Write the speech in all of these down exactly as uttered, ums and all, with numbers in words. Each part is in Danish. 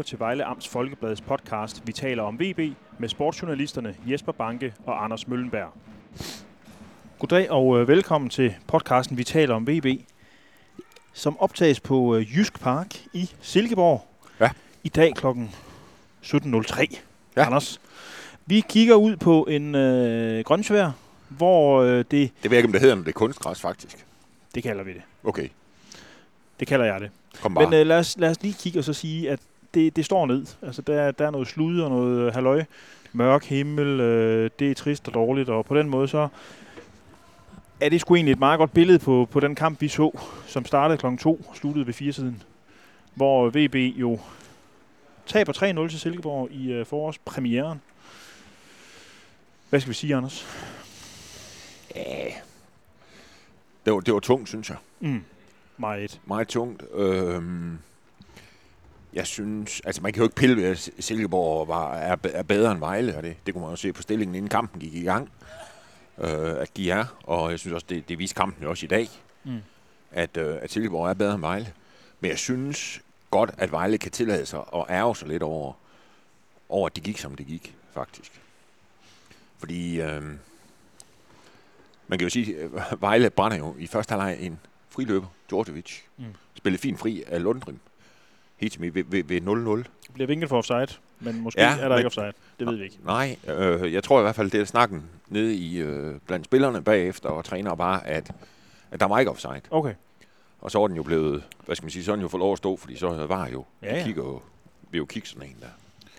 lytter til Vejle Amts Folkebladets podcast Vi taler om V B med sportsjournalisterne Jesper Banke og Anders Møllenberg. Goddag og velkommen til podcasten Vi taler om V B, som optages på Jysk Park i Silkeborg ja. i dag klokken sytten nul tre. Ja. Anders, vi kigger ud på en øh, grønsvær, hvor øh, det... Det ved jeg ikke, om det hedder, men det er kunstgræs faktisk. Det kalder vi det. Okay. Det kalder jeg det. Kom bare. Men øh, lad, os, lad os lige kigge og så sige, at det, det står ned. Altså, der, der er noget slud og noget halløj. Mørk himmel, øh, det er trist og dårligt, og på den måde så er det sgu egentlig et meget godt billede på, på den kamp, vi så, som startede klokken to og sluttede ved fire siden, hvor V B jo taber tre nul til Silkeborg i øh, forårspremieren. Hvad skal vi sige, Anders? Ja, det var, det var tungt, synes jeg. Mm. Meget. Meget tungt. Øhm, jeg synes, altså man kan jo ikke pille ved, at Silkeborg var, er, er bedre end Vejle, og det, det kunne man jo se på stillingen, inden kampen gik i gang, øh, at de er, og jeg synes også, det, det viste kampen jo også i dag, mm. at, øh, at Silkeborg er bedre end Vejle. Men jeg synes godt, at Vejle kan tillade sig at ærge sig lidt over, over at det gik, som det gik, faktisk. Fordi øh, man kan jo sige, at Vejle brænder jo i første halvleg en friløber, Djordjevic. Mm. Spillede fint fri af Lundgren. Helt til ved, ved, ved nul nul. Det bliver vinket for offside, men måske ja, er der men, ikke offside. Det ved vi ikke. Nej, øh, jeg tror i hvert fald, det er snakken nede i, øh, blandt spillerne bagefter og træner bare, at, at der var ikke offside. Okay. Og så er den jo blevet, hvad skal man sige, sådan jo fået lov at stå, fordi så var jo, ja, ja. kigger jo, vil jo kigge sådan en der,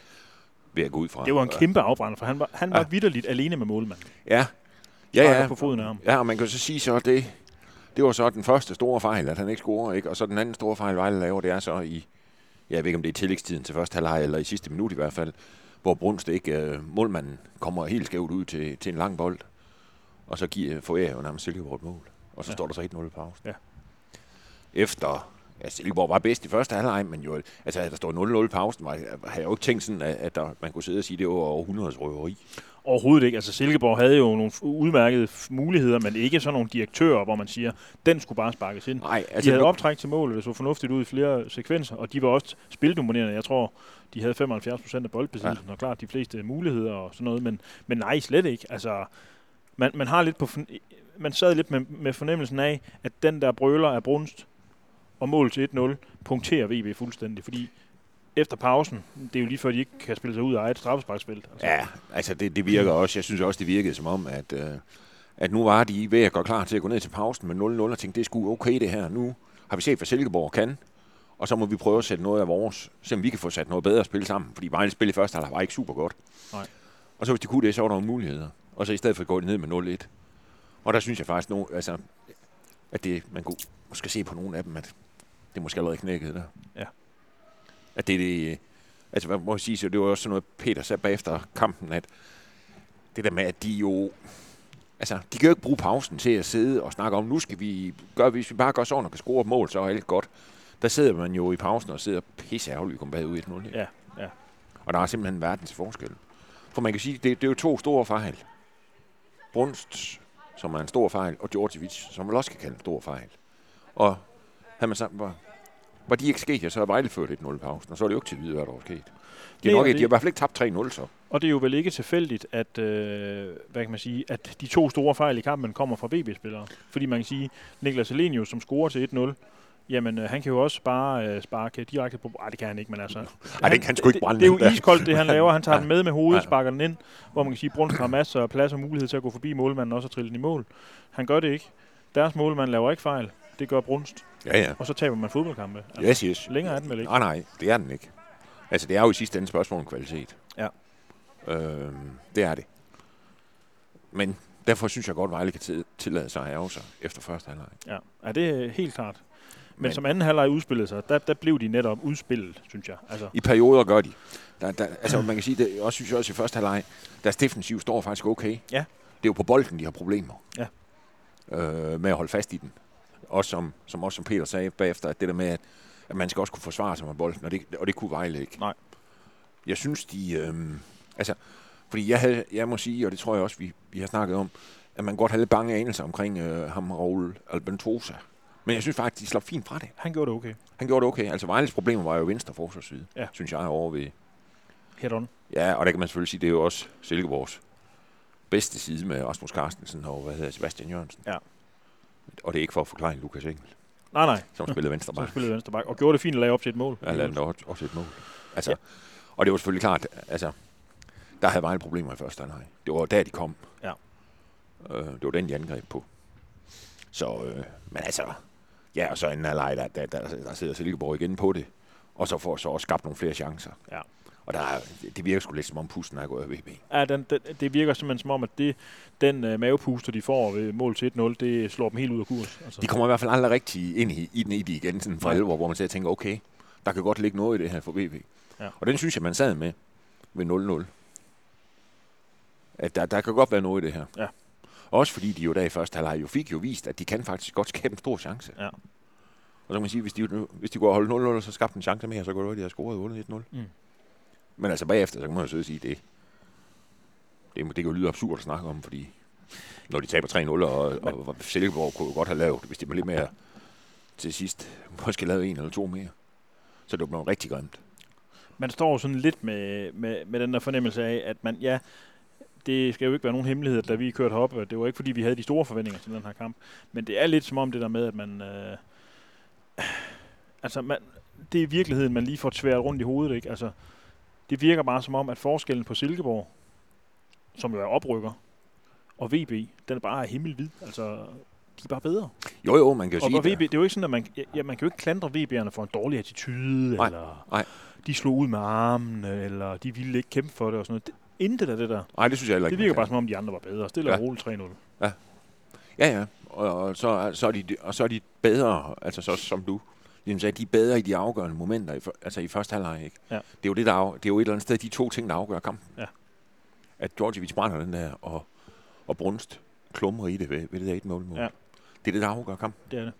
ved at gå ud fra. Det var en kæmpe afbrænder, for han var, han var ja. vitterligt alene med målmanden. Ja, ja, ja. På foden af ham. Ja, og man kan så sige så, det, det var så den første store fejl, at han ikke scorer, ikke? Og så den anden store fejl, Vejle laver, det er så i, jeg ved ikke om det er i tillægstiden til første halvleg, eller i sidste minut i hvert fald, hvor Brunst ikke, øh, målmanden kommer helt skævt ud til, til en lang bold, og så giver, får jeg jo nærmest Silkeborg et mål. Og så ja. står der så et nul i pausen. Ja. Efter, ja, Silkeborg var bedst i første halvleg, men jo, altså at der står nul nul i pausen, var, har jeg jo ikke tænkt sådan, at, at der, man kunne sidde og sige, at det var over hundredes røveri. Overhovedet ikke. Altså Silkeborg havde jo nogle udmærkede muligheder, men ikke sådan nogle direktører, hvor man siger, den skulle bare sparkes ind. Nej, altså de havde optræk til mål, det så fornuftigt ud i flere sekvenser, og de var også spildominerende. Jeg tror, de havde femoghalvfjerds procent af boldbesiddelsen, ja. og klart de fleste muligheder og sådan noget, men, men nej, slet ikke. Altså, man, man har lidt på, man sad lidt med, med fornemmelsen af, at den der brøler af Brunst og mål til et nul punkterer V B fuldstændig, fordi efter pausen, det er jo lige før, de ikke kan spille sig ud af eget straffesparksfelt. Altså. Ja, altså det, det virker også. Jeg synes også, det virkede som om, at, øh, at nu var de ved at gå klar til at gå ned til pausen med nul nul og tænkte, det er sgu okay det her. Nu har vi set, hvad Silkeborg kan, og så må vi prøve at sætte noget af vores, så vi kan få sat noget bedre at spille sammen, fordi Vejle spil i første halvleg var ikke super godt. Nej. Og så hvis de kunne det, så var der nogle muligheder. Og så i stedet for at gå ned med nul et. Og der synes jeg faktisk, nu, altså, at det, man kunne måske se på nogle af dem, at det er måske allerede knækket der. Ja. At det det, altså hvad må jeg sige, så det var også sådan noget, Peter sagde bagefter kampen, at det der med, at de jo, altså de kan jo ikke bruge pausen til at sidde og snakke om, nu skal vi gøre, hvis vi bare gør sådan og kan score et mål, så er alt godt. Der sidder man jo i pausen og sidder pisse ærgerligt, vi kommer bagud i et nul. Ja, ja. Og der er simpelthen verdens forskel. For man kan sige, det, det er jo to store fejl. Brunst, som er en stor fejl, og Djordjevic, som man også kan kalde en stor fejl. Og havde man sagt, var, var de ikke sket, ja, så havde Vejle ført et nul i pausen, og så er det jo ikke til at vide, hvad der var sket. De, er nok, de har i hvert fald ikke tabt tre nul så. Og det er jo vel ikke tilfældigt, at, øh, hvad kan man sige, at de to store fejl i kampen kommer fra V B-spillere. Fordi man kan sige, Niklas Elenius, som scorer til et nul, jamen øh, han kan jo også bare øh, sparke direkte på... Ej, det kan han ikke, men altså... Ej, det kan han sgu ikke brænde. Det, det er jo iskoldt, det han laver. Han tager ja. den med med hovedet, ja. sparker den ind, hvor man kan sige, at Brunst har masser af plads og mulighed til at gå forbi målmanden også og trille den i mål. Han gør det ikke. Deres målmand laver ikke fejl. Det gør Brunst. Ja, ja. Og så taber man fodboldkampe. Altså, yes, yes. Længere er den vel ikke? Nej, nej, det er den ikke. Altså, det er jo i sidste ende spørgsmål om kvalitet. Ja. Øhm, det er det. Men derfor synes jeg godt, at Vejle kan tillade sig at ærge sig efter første halvleg. Ja, ja, det er helt klart. Men, Men som anden halvleg udspillede sig, der, der blev de netop udspillet, synes jeg. Altså. I perioder gør de. Der, der, altså, man kan sige, det også synes jeg også i første halvleg, deres defensiv står faktisk okay. Ja. Det er jo på bolden, de har problemer. Ja. Øh, med at holde fast i den. Også som, som også som Peter sagde bagefter, at det der med, at, at man skal også kunne forsvare sig med bolden, og det, og det kunne Vejle ikke. Nej. Jeg synes, de... Øh, altså, fordi jeg, havde, jeg må sige, og det tror jeg også, vi, vi har snakket om, at man godt havde lidt bange anelser omkring øh, ham, Raul Albentosa, Men jeg synes faktisk, de slap fint fra det. Han gjorde det okay. Han gjorde det okay. Altså Vejles problemer var jo venstre forsvarsside, ja. synes jeg, over ved... Head on. Ja, og der kan man selvfølgelig sige, det er jo også Silkeborgs bedste side med Rasmus Carstensen og hvad hedder Sebastian Jørgensen. Ja. Og det er ikke for at forklare Lukas Engel. Nej, nej. Som spillede venstre bak. Som spillede venstre bak. Og gjorde det fint at lave op til et mål. Ja, lavede også, også et mål. Altså, ja. Og det var selvfølgelig klart, altså, der havde Vejle problemer i første halvleg. Det var der, de kom. Ja. Øh, det var den, de angreb på. Så, øh, men altså, ja, og så en halvleg, der, der, der, der sidder Silkeborg igen på det. Og så får så også skabt nogle flere chancer. Ja. Og der, det virker sgu lidt som om pusten er gået af V B. Ja, den, den, det virker simpelthen som om, at det, den uh, mavepuster, de får ved mål til et nul, det slår dem helt ud af kurs. Altså. De kommer i hvert fald aldrig rigtig ind i, i den i det igen, sådan for alvor, hvor man så tænker, okay, der kan godt ligge noget i det her for V B. Ja. Og den synes jeg, man sad med ved nul nul. At der, der kan godt være noget i det her. Ja. Også fordi de jo der i første halvleg jo fik jo vist, at de kan faktisk godt skabe en stor chance. Ja. Og så kan man sige, hvis de, hvis de går og holde nul nul, så skabte en chance mere, så går det jo, de har scoret otte et nul. Mm. Men altså bagefter, så kan man jo så sige, det, det, det kan jo lyde absurd at snakke om, fordi når de taber tre nul, og, og, og Silkeborg kunne jo godt have lavet, hvis de var lidt mere til sidst, måske lavet en eller to mere. Så det blev rigtig grimt. Man står sådan lidt med, med, med den der fornemmelse af, at man, ja, det skal jo ikke være nogen hemmelighed, da vi kørte op. Det var ikke, fordi vi havde de store forventninger til den her kamp. Men det er lidt som om det der med, at man... Øh, altså, man, det er i virkeligheden, man lige får tværet rundt i hovedet, ikke? Altså, det virker bare som om, at forskellen på Silkeborg, som jo er oprykker, og V B, den er bare himmelvid. Altså, de er bare bedre. Jo, jo, man kan jo og sige V B, det er jo ikke sådan, at man, ja, man kan jo ikke klandre V B'erne for en dårlig attitude, nej, eller nej. de slog ud med armene, eller de ville ikke kæmpe for det og sådan noget. Det, intet af det der. Nej, det synes jeg heller ikke. Det virker bare som om, de andre var bedre. Stille og ja. roligt tre nul. Ja, ja, ja. Og, og, så, så er de, og så er de bedre, altså så som du ligesom sagde, de er bedre i de afgørende momenter, i, altså i første halvleg, ikke? Ja. Det er jo det, der af, det er jo et eller andet sted de to ting, der afgør kampen. Ja. At Djordjevic brænder den der, og, og Brunst klumrer i det ved, ved det der et nul mål. Ja. Det er det, der afgør kampen. Det er det.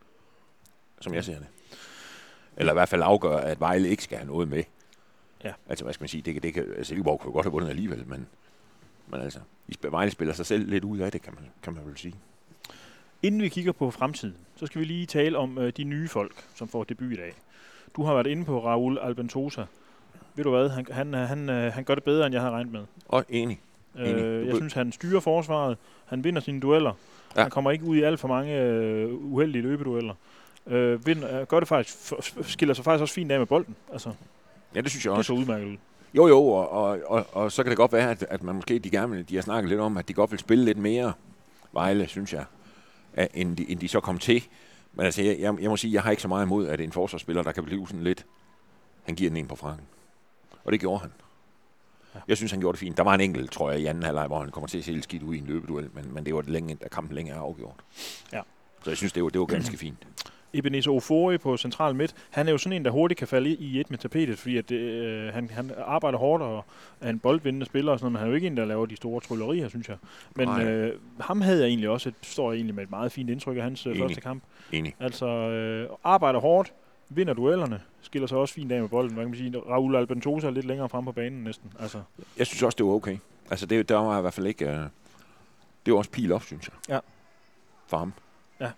Som jeg ser det. Eller i hvert fald afgør, at Vejle ikke skal have noget med. Ja. Altså, hvad skal man sige, det kan, det kan, altså, Silkeborg kunne jo godt have vundet alligevel, men, men altså, Vejle spiller sig selv lidt ud af det, kan man, kan man vel sige. Inden vi kigger på fremtiden, så skal vi lige tale om øh, de nye folk, som får debut i dag. Du har været inde på Raul Albentosa. Ved du hvad, han, han, han, han, han gør det bedre, end jeg havde regnet med. Og enig. Øh, jeg synes, han styrer forsvaret. Han vinder sine dueller. Ja. Han kommer ikke ud i alt for mange øh, uheldige løbedueller. Øh, vinder, gør det faktisk, for, skiller sig faktisk også fint af med bolden. Altså, ja, det synes jeg også. Det så udmærket ud. Jo, jo, og, og, og, og så kan det godt være, at, at man måske, de gerne vil, de har snakket lidt om, at de godt vil spille lidt mere Vejle, synes jeg, end de, end de så kom til. Men altså, jeg, jeg, jeg må sige, jeg har ikke så meget imod, at en forsvarsspiller, der kan blive sådan lidt, han giver den en på franken. Og det gjorde han. Ja. Jeg synes, han gjorde det fint. Der var en enkelt, tror jeg, i anden halvleg, hvor han kommer til at se lidt skidt ud i en løbeduel, men, men det var det længe, da kampen længe er afgjort. Ja. Så jeg synes, det var, det var ganske fint. Ebenezer Ofori på central midt, han er jo sådan en, der hurtigt kan falde i et med tapetet, fordi at, øh, han, han arbejder hårdt og er en boldvindende spiller og sådan noget, men han er jo ikke en, der laver de store tryllerier, synes jeg. Men øh, ham havde jeg egentlig også, et, står jeg egentlig med et meget fint indtryk af hans Enig. første kamp. Enig. Altså øh, arbejder hårdt, vinder duellerne, skiller sig også fint af med bolden. Hvad kan man sige? Raul Albentosa er lidt længere frem på banen næsten. Altså. Jeg synes også, det var okay. Altså det, der var i hvert fald ikke... Uh, det var også pil op, synes jeg. Ja. For ham. Ja.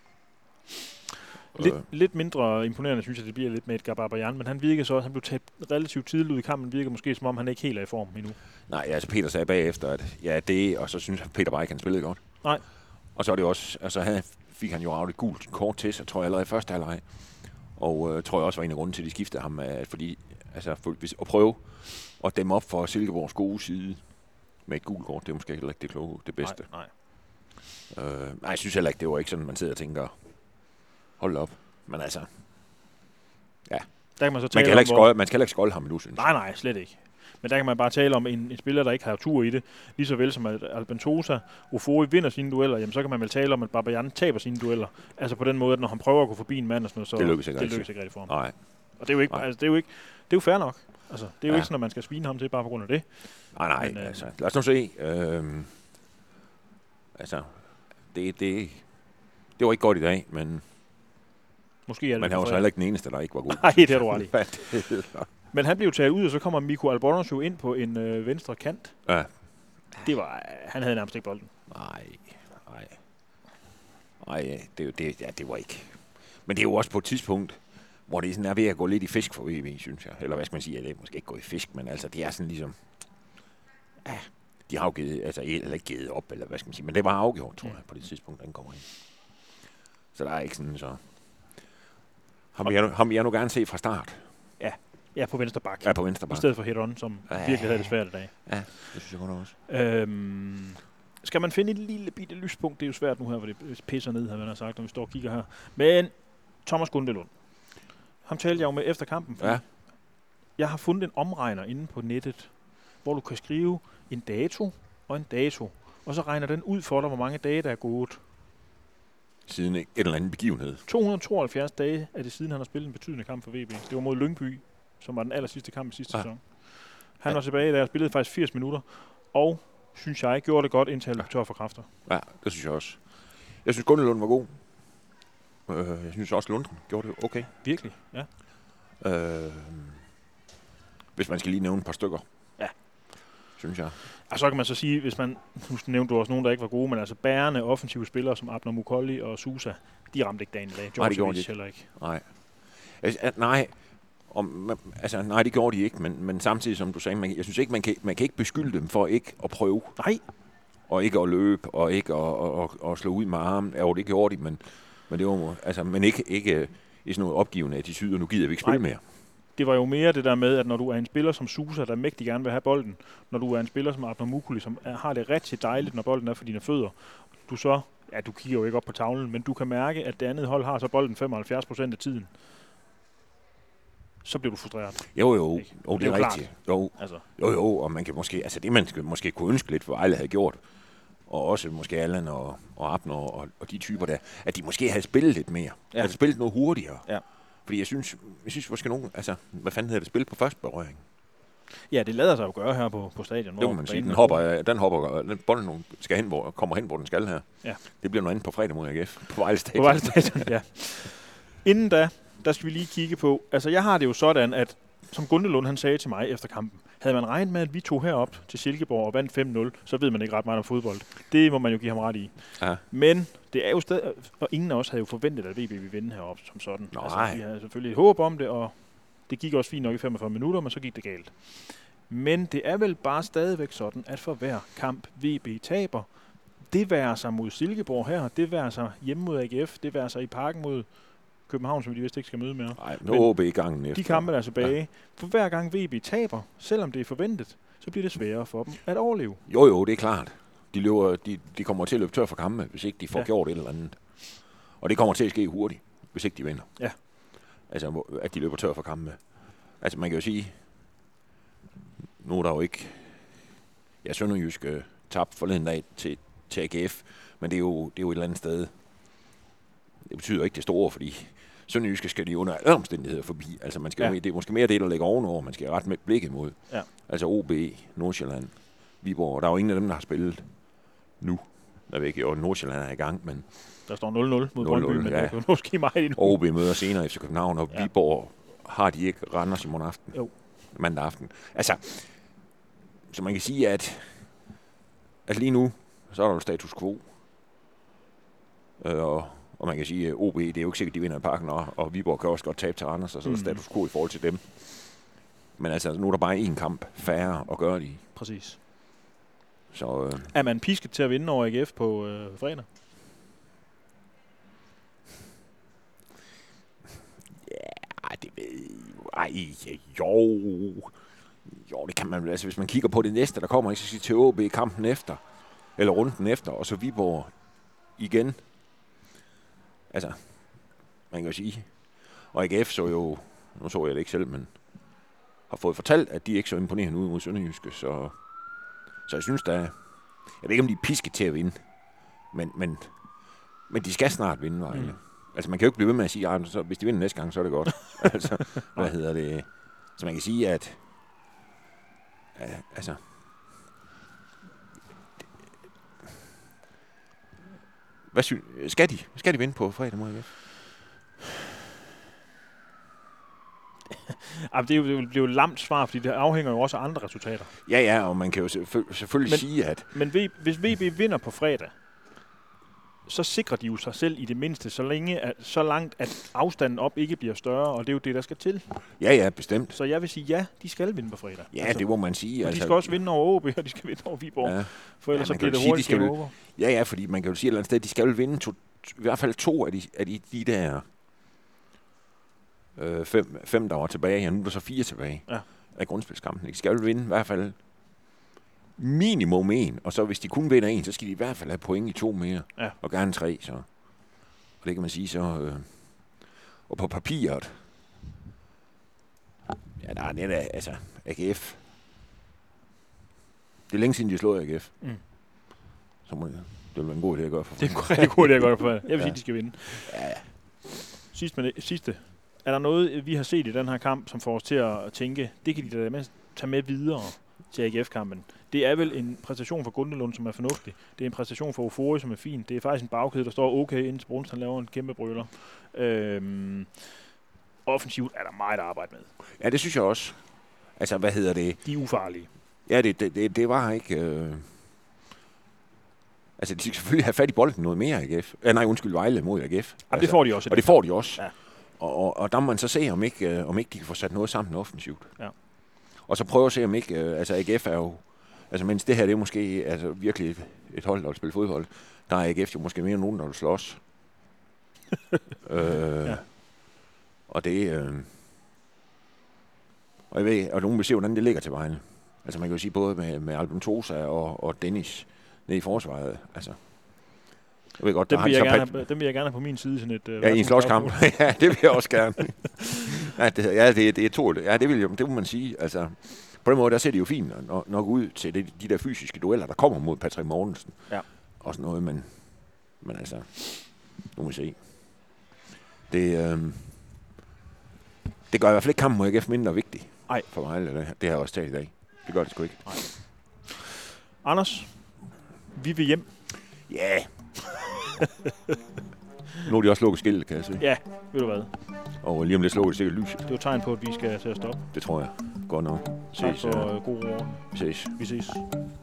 Lidt, lidt mindre imponerende, synes jeg, det bliver lidt med Edgar Barbayan, men han virker så også, han blev taget relativt tidligt ud i kampen, virker måske som om, han ikke helt er i form endnu. Nej, altså Peter sagde bagefter, at ja, det, og så synes han, Peter bare ikke, han spillede godt. Nej. Og så er det også, altså havde, fik han jo et gult kort til sig, tror jeg, allerede i første halvleg. Og øh, tror jeg også var en af grunden til, at de skiftede ham, at, fordi, altså, for, hvis, at prøve at dæmme op for Silkeborgs gode side med et gult kort, det er måske heller ikke det kloge, det bedste. Nej, nej. Øh, nej, jeg synes heller ikke, det var ikke sådan, man sidder og tænker, hold op. Men altså, ja. Der kan man, så man, kan om, ikke skåle, man skal heller ikke skåle ham nu, synes jeg. Nej, nej, slet ikke. Men der kan man bare tale om en, en spiller, der ikke har tur i det. Lige så vel som at Albentosa, Ofori vinder sine dueller, jamen så kan man vel tale om, at Barbayan taber sine dueller. Altså på den måde, at når han prøver at gå forbi en mand og sådan noget, så det lykkes ikke, det lykkes ikke rigtig for ham. Nej. Og det er jo ikke, altså, det er jo ikke, det er jo fair nok. Altså, det er jo ja. ikke sådan, at man skal svine ham til bare på grund af det. Nej, nej, Men, altså, lad os nu se. Øhm, altså, det, det, det var ikke godt i dag, men måske er det men han var så heller ikke den eneste, der ikke var god. Nej, det er du ret i. Men han blev taget ud, og så kommer Mikko Albonos jo ind på en øh, venstre kant. Ja. Det var, han havde nærmest ikke bolden. Nej, nej. Nej, det, det, ja, det var ikke. Men det er jo også på et tidspunkt, hvor det sådan er ved at gå lidt i fisk for V B, synes jeg. Eller hvad skal man sige, det er måske ikke gå i fisk, men altså det er sådan ligesom, ja, de har jo givet, altså eller ikke givet op, eller hvad skal man sige, men det var afgjort, tror jeg, på det tidspunkt, den kommer ind. Så der er ikke sådan så... Ham vil jeg, ham vil jeg nu gerne se fra start. Ja, ja på venstre bak. Ja, på venstre bak. I stedet for Heron, som ja, virkelig havde det svært i dag. Ja, det synes jeg godt også. Øhm, skal man finde et lille bitte lyspunkt? Det er jo svært nu her, hvor det pisser ned, har man sagt, når vi står og kigger her. Men Thomas Gundelund, ham talte jeg jo med efter kampen. Ja. Jeg har fundet en omregner inde på nettet, hvor du kan skrive en dato og en dato, og så regner den ud for dig, hvor mange dage der er gået. Siden en eller anden begivenhed. to hundrede og tooghalvfjerds dage er det siden, han har spillet en betydende kamp for V B. Det var mod Lyngby, som var den aller sidste kamp i sidste ja. sæson. Han ja. var tilbage der og spillede faktisk firs minutter, og synes jeg gjorde det godt, indtil han løb tør for kræfter. Ja, det synes jeg også. Jeg synes Gundelund var god. Øh, jeg synes også Lunden gjorde det okay. Virkelig, ja. Øh, hvis man skal lige nævne et par stykker. Ja. Synes jeg. Og så kan man så sige, hvis man, nu nævnte du også nogen, der ikke var gode, men altså bærende offensive spillere som Abner Mukolli og Sousa, de ramte ikke dagen i dag. Nej, det gjorde de heller ikke. Nej. Altså, nej. Om, altså, nej, det gjorde de ikke, men, men samtidig, som du sagde, man, jeg synes ikke, man kan, man kan ikke beskylde dem for ikke at prøve. Nej. Og ikke at løbe, og ikke at, at, at slå ud med armen. Ja, det gjorde de, men, men, det var, altså, men ikke, ikke i sådan noget opgivende attitude, og nu gider vi ikke spille nej. mere. Det var jo mere det der med, at når du er en spiller som Sousa, der mægtig gerne vil have bolden, når du er en spiller som Abner Mukolli, som er, har det rigtig dejligt, når bolden er for dine fødder, du så, ja, du kigger jo ikke op på tavlen, men du kan mærke, at det andet hold har så bolden femoghalvfjerds procent af tiden. Så bliver du frustreret. Jo, jo, jo, det er, det er rigtigt. Jo. Altså. jo, jo, og man kan måske, altså det man skal, måske kunne ønske lidt, for Vejle havde gjort, og også måske Allan og, og Abner og, og de typer der, at de måske havde spillet lidt mere. Ja. Altså spillet noget hurtigere. Ja. Fordi jeg synes, jeg synes måske nogen, altså, hvad fanden hedder det, spil på første berøring? Ja, det lader sig jo gøre her på, på stadion. Det må man sige. Den hopper, den hopper, den bolden skal hen, hvor, kommer hen, hvor den skal her. Ja. Det bliver noget andet på fredag mod A G F. På Vejle Stadion. På Vejle Stadion, ja. Inden da, der skal vi lige kigge på, altså jeg har det jo sådan, at som Gundelund han sagde til mig efter kampen, havde man regnet med, at vi tog herop til Silkeborg og vandt fem nul, så ved man ikke ret meget om fodbold. Det må man jo give ham ret i. Ja. Men det er jo stadig, og ingen af os havde jo forventet, at V B ville vinde herop som sådan. Nej. Altså, vi havde selvfølgelig et håb om det, og det gik også fint nok i femogfyrre minutter, men så gik det galt. Men det er vel bare stadigvæk sådan, at for hver kamp V B taber, det værer sig mod Silkeborg her, det værer sig hjemme mod A G F, det værer sig i parken mod København, som de vist ikke skal møde mere. Nej, nu er O B i gangen efter. De kampe der er tilbage. Ja. For hver gang V B taber, selvom det er forventet, så bliver det sværere for dem at overleve. Jo, jo, det er klart. De, løber, de, de kommer til at løbe tør for kampe, hvis ikke de får ja. gjort et eller andet. Og det kommer til at ske hurtigt, hvis ikke de vinder. Ja. Altså, at de løber tør for kampe. Altså, man kan jo sige, nu er der jo ikke... Ja, Sønderjysk øh, tabt forleden dag til, til A G F, men det er, jo, det er jo et eller andet sted. Det betyder ikke det store, fordi Sønderjyske skal de under alle omstændigheder forbi. Altså, man skal ja. det er måske mere det, der ligger ovenover, man skal ret med blikket mod. Ja. Altså O B, Nordsjælland, Viborg. Der er jo ingen af dem, der har spillet nu. Jeg ved ikke, at Nordsjælland er i gang, men... Der står nul nul mod Brøndby, men ja. det kan måske meget endnu. O B møder senere efter København, og ja. Viborg har de ikke Randers i morgen aften. Jo. Mandag aften. Altså, så man kan sige, at, at lige nu, så er der jo status quo. Øh, og, og man kan sige, at O B, det er jo ikke sikkert, de vinder i parken, og, og Viborg kan også godt tabe til Randers, og så er der mm. status quo i forhold til dem. Men altså, nu er der bare én kamp færre at gøre det i. Præcis. Så, øh, er man pisket til at vinde over A G F på øh, fredag? Ja, det ved Ej, jo. Jo, det kan man. Altså, hvis man kigger på det næste, der kommer, ikke så sige til O B kampen efter, eller runden efter, og så Viborg igen. Altså, man kan jo sige. Og A G F så jo, nu så jeg det ikke selv, men har fået fortalt, at de ikke så imponerende ud mod Sønderjyske, så, så jeg synes, der er, jeg ved ikke, om de er pisket til at vinde, men, men, men de skal snart vinde, Vejle. Mm. Altså, man kan jo ikke blive ved med at sige, at så, hvis de vinder næste gang, så er det godt. altså, hvad hedder det? Så man kan sige, at ja, altså, hvad synes, skal de? Skal de vinde på fredag mod A G F? Det er jo, det bliver jo et lamt svar, fordi det afhænger jo også af andre resultater. Ja, ja, og man kan jo selvføl- selvfølgelig men, sige, at... Men v, hvis V B vinder på fredag, så sikrer de jo sig selv i det mindste, så, længe, at, så langt, at afstanden op ikke bliver større, og det er jo det, der skal til. Ja, ja, bestemt. Så jeg vil sige, ja, de skal vinde på fredag. Ja, altså, det må man sige. Og altså, de skal også vinde over O B, og de skal vinde over Viborg. Ja. For ellers ja, så bliver det sige, hurtigt de over. Ja, ja, fordi man kan jo sige et eller andet sted, de skal jo vinde to, i hvert fald to af de, af de, de der øh, fem, fem, der var tilbage. Ja, nu er der så fire tilbage ja. af grundspilskampen. De skal jo vinde i hvert fald minimum en, og så hvis de kun vinder en, så skal de i hvert fald have point i to mere, ja. og gerne tre, så. Og det kan man sige så. Øh, og på papiret, ja, der er det der, altså, A G F. Det er længe siden, de har slået A G F. Mm. Så må det, det vil være en god idé at gøre for. Det er en rigtig god idé at gøre for. Jeg vil ja. sige, de skal vinde. Ja, ja. Sidst med det, sidste. Er der noget, vi har set i den her kamp, som får os til at tænke, det kan de da med, tage med videre til A G F-kampen? Det er vel en præstation for Gundelund, som er fornuftig. Det er en præstation for Ofori, som er fin. Det er faktisk en bagkæde, der står okay, indtil Bruns, han laver en kæmpe brøler. Øhm, offensivt er der meget at arbejde med. Ja, det synes jeg også. Altså, hvad hedder det? De er ufarlige. Ja, det, det, det, det var ikke... Øh... Altså, de skal selvfølgelig have fat i bolden noget mere, A G F. Ja, nej, undskyld, Vejle mod A G F. Altså, det får de også. Og det får de også. Ja. Og, og, og der må man så se, om ikke, øh, om ikke de kan få sat noget sammen offensivt. Ja. Og så prøve at se, om ikke... Øh, altså, A G F er jo... Altså, mens det her, det er måske altså, virkelig et, et hold, der vil spille fodbold, der er A G F jo måske mere end nogen, der vil slås. øh, ja. Og det... Øh, og jeg ved, og nogen vil se, hvordan det ligger til Vejle. Altså, man kan jo sige både med, med Albin Tosa og, og Dennis nede i forsvaret. Altså, jeg ved godt, dem, der vil har jeg gerne have, dem vil jeg gerne have på min side. Sådan et, ja, i en slåskamp. Ja, det vil jeg også gerne. ja, det, ja, det, det er to. Ja, det vil, jeg, det må man sige. Altså, på den måde, der ser det jo fint nok, nok ud til det, de der fysiske dueller, der kommer mod Patrick Mortensen. Ja. Og sådan noget, men, men altså, nu må vi se. Det, øh, det gør i hvert fald ikke kampen mod A G F mindre vigtig. Nej. For mig, det, det har jeg også talt i dag. Det gør det sgu ikke. Nej. Anders, vi vil hjem. Ja. Yeah. Nu er de også lukket skilt, kan jeg se. Ja, ved du hvad. Og lige om lidt slukker det sikkert lys. Det er jo tegn på, at vi skal til at stoppe. Det tror jeg. Godt nok. Tak for uh, god ord. Vi ses. Vi ses.